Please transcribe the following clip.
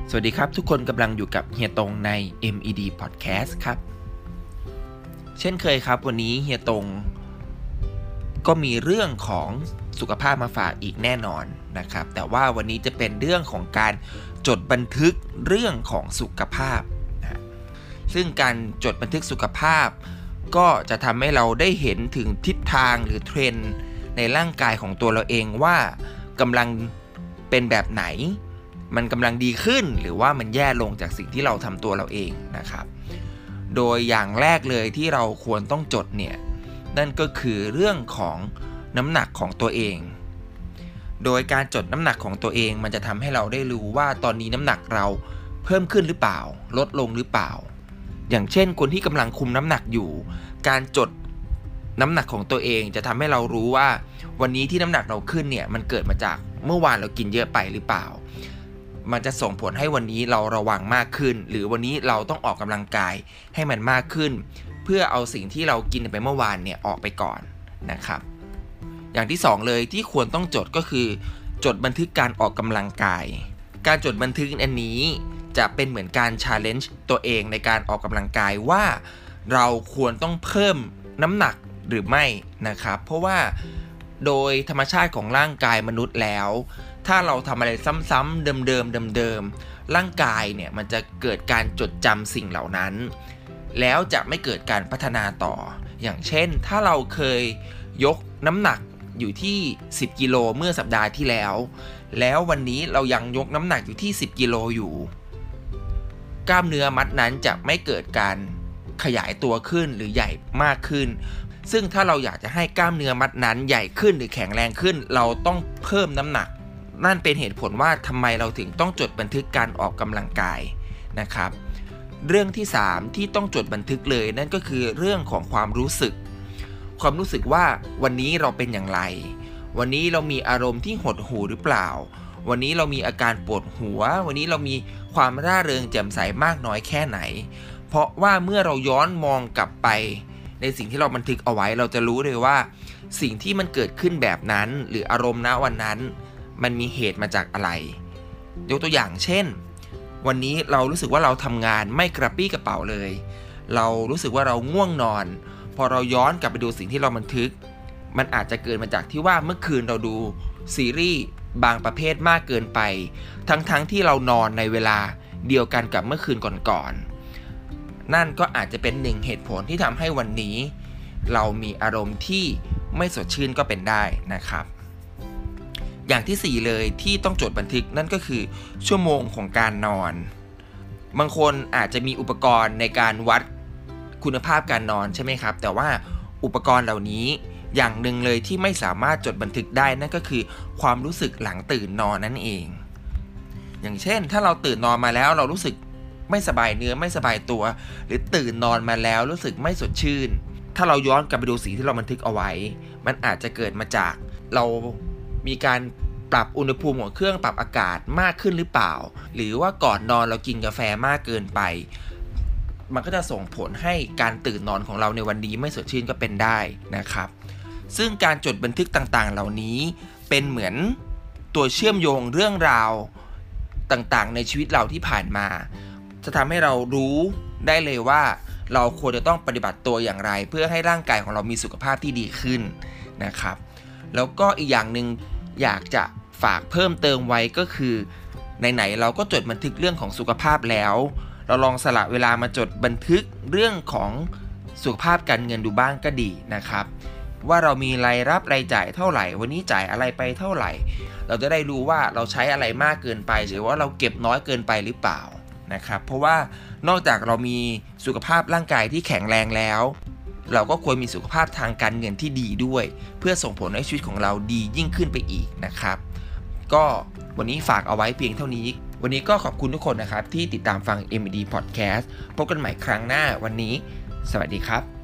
สวัสดีครับทุกคนกำลังอยู่กับเฮียตงใน MED Podcast ครับเช่นเคยครับวันนี้เฮียตงก็มีเรื่องของสุขภาพมาฝากอีกแน่นอนนะครับแต่ว่าวันนี้จะเป็นเรื่องของการจดบันทึกเรื่องของสุขภาพนะซึ่งการจดบันทึกสุขภาพก็จะทำให้เราได้เห็นถึงทิศทางหรือเทรนด์ในร่างกายของตัวเราเองว่ากำลังเป็นแบบไหนมันกำลังดีขึ้นหรือว่ามันแย่ลงจากสิ่งที่เราทำตัวเราเองนะครับโดยอย่างแรกเลยที่เราควรต้องจดเนี่ยนั่นก็คือเรื่องของน้ำหนักของตัวเองโดยการจดน้ำหนักของตัวเองมันจะทำให้เราได้รู้ว่าตอนนี้น้ำหนักเราเพิ่มขึ้นหรือเปล่าลดลงหรือเปล่าอย่างเช่นคนที่กำลังคุมน้ำหนักอยู่การจดน้ำหนักของตัวเองจะทำให้เรารู้ว่าวันนี้ที่น้ำหนักเราขึ้นเนี่ยมันเกิดมาจากเมื่อวานเรากินเยอะไปหรือเปล่ามันจะส่งผลให้วันนี้เราระวังมากขึ้นหรือวันนี้เราต้องออกกำลังกายให้มันมากขึ้นเพื่อเอาสิ่งที่เรากินไปเมื่อวานเนี่ยออกไปก่อนนะครับอย่างที่2เลยที่ควรต้องจดก็คือจดบันทึกการออกกำลังกายการจดบันทึกอันนี้จะเป็นเหมือนการ challenge ตัวเองในการออกกำลังกายว่าเราควรต้องเพิ่มน้ำหนักหรือไม่นะครับเพราะว่าโดยธรรมชาติของร่างกายมนุษย์แล้วถ้าเราทำอะไรซ้ำๆเดิมร่างกายเนี่ยมันจะเกิดการจดจำสิ่งเหล่านั้นแล้วจะไม่เกิดการพัฒนาต่ออย่างเช่นถ้าเราเคยยกน้ำหนักอยู่ที่10กิโลเมื่อสัปดาห์ที่แล้ววันนี้เรายังยกน้ำหนักอยู่ที่10กิโลอยู่กล้ามเนื้อมัดนั้นจะไม่เกิดการขยายตัวขึ้นหรือใหญ่มากขึ้นซึ่งถ้าเราอยากจะให้กล้ามเนื้อมัดนั้นใหญ่ขึ้นหรือแข็งแรงขึ้นเราต้องเพิ่มน้ำหนักนั่นเป็นเหตุผลว่าทำไมเราถึงต้องจดบันทึกการออกกำลังกายนะครับเรื่องที่3ที่ต้องจดบันทึกเลยนั่นก็คือเรื่องของความรู้สึกว่าวันนี้เราเป็นอย่างไรวันนี้เรามีอารมณ์ที่หดหู่หรือเปล่าวันนี้เรามีอาการปวดหัววันนี้เรามีความร่าเริงแจ่มใสมากน้อยแค่ไหนเพราะว่าเมื่อเราย้อนมองกลับไปในสิ่งที่เราบันทึกเอาไว้เราจะรู้เลยว่าสิ่งที่มันเกิดขึ้นแบบนั้นหรืออารมณ์ณวันนั้นมันมีเหตุมาจากอะไรยกตัวอย่างเช่นวันนี้เรารู้สึกว่าเราทำงานไม่กระปรี้กระเป๋าเลยเรารู้สึกว่าเราง่วงนอนพอเราย้อนกลับไปดูสิ่งที่เราบันทึกมันอาจจะเกิดมาจากที่ว่าเมื่อคืนเราดูซีรีส์บางประเภทมากเกินไปทั้งที่เรานอนในเวลาเดียวกันกับเมื่อคืนก่อนนั่นก็อาจจะเป็นหนึ่งเหตุผลที่ทำให้วันนี้เรามีอารมณ์ที่ไม่สดชื่นก็เป็นได้นะครับอย่างที่4เลยที่ต้องจดบันทึกนั่นก็คือชั่วโมงของการนอนบางคนอาจจะมีอุปกรณ์ในการวัดคุณภาพการนอนใช่ไหมครับแต่ว่าอุปกรณ์เหล่านี้อย่างหนึ่งเลยที่ไม่สามารถจดบันทึกได้นั่นก็คือความรู้สึกหลังตื่นนอนนั่นเองอย่างเช่นถ้าเราตื่นนอนมาแล้วเรารู้สึกไม่สบายเนื้อไม่สบายตัวหรือตื่นนอนมาแล้วรู้สึกไม่สดชื่นถ้าเราย้อนกลับไปดูสิ่งที่เราบันทึกเอาไว้มันอาจจะเกิดมาจากเรามีการปรับอุณหภูมิของเครื่องปรับอากาศมากขึ้นหรือเปล่าหรือว่าก่อนนอนเรากินกาแฟมากเกินไปมันก็จะส่งผลให้การตื่นนอนของเราในวันนี้ไม่สดชื่นก็เป็นได้นะครับซึ่งการจดบันทึกต่างๆเหล่านี้เป็นเหมือนตัวเชื่อมโยงเรื่องราวต่างๆในชีวิตเราที่ผ่านมาจะทำให้เรารู้ได้เลยว่าเราควรจะต้องปฏิบัติตัวอย่างไรเพื่อให้ร่างกายของเรามีสุขภาพที่ดีขึ้นนะครับแล้วก็อีกอย่างหนึ่งอยากจะฝากเพิ่มเติมไว้ก็คือไหนๆเราก็จดบันทึกเรื่องของสุขภาพแล้วเราลองสละเวลามาจดบันทึกเรื่องของสุขภาพการเงินดูบ้างก็ดีนะครับว่าเรามีรายรับรายจ่ายเท่าไหร่วันนี้จ่ายอะไรไปเท่าไหร่เราจะได้รู้ว่าเราใช้อะไรมากเกินไปหรือว่าเราเก็บน้อยเกินไปหรือเปล่านะครับเพราะว่านอกจากเรามีสุขภาพร่างกายที่แข็งแรงแล้วเราก็ควรมีสุขภาพทางการเงินที่ดีด้วยเพื่อส่งผลให้ชีวิตของเราดียิ่งขึ้นไปอีกนะครับก็วันนี้ฝากเอาไว้เพียงเท่านี้วันนี้ก็ขอบคุณทุกคนนะครับที่ติดตามฟัง MED Podcast พบกันใหม่ครั้งหน้าวันนี้สวัสดีครับ